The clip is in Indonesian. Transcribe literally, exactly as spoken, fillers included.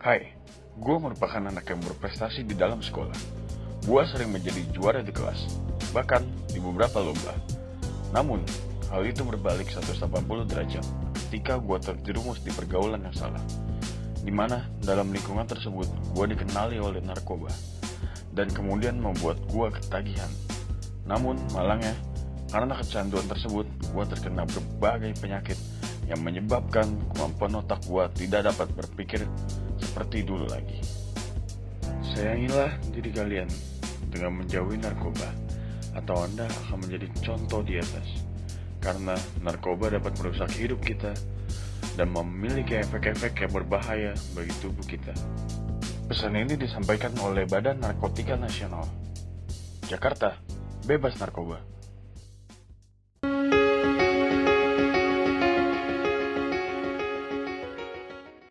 Hai, gue merupakan anak yang berprestasi di dalam sekolah. Gue sering menjadi juara di kelas, bahkan di beberapa lomba. Namun, hal itu berbalik seratus delapan puluh derajat ketika gue terjerumus di pergaulan yang salah, di mana dalam lingkungan tersebut gue dikenali oleh narkoba, dan kemudian membuat gue ketagihan. Namun, malangnya, karena kecanduan tersebut, gue terkena berbagai penyakit yang menyebabkan kemampuan otak gue tidak dapat berpikir seperti dulu lagi. Sayangilah diri kalian dengan menjauhi narkoba, atau Anda akan menjadi contoh di atas. Karena narkoba dapat merusak hidup kita dan memiliki efek-efek yang berbahaya bagi tubuh kita. Pesan ini disampaikan oleh Badan Narkotika Nasional. Jakarta, bebas narkoba.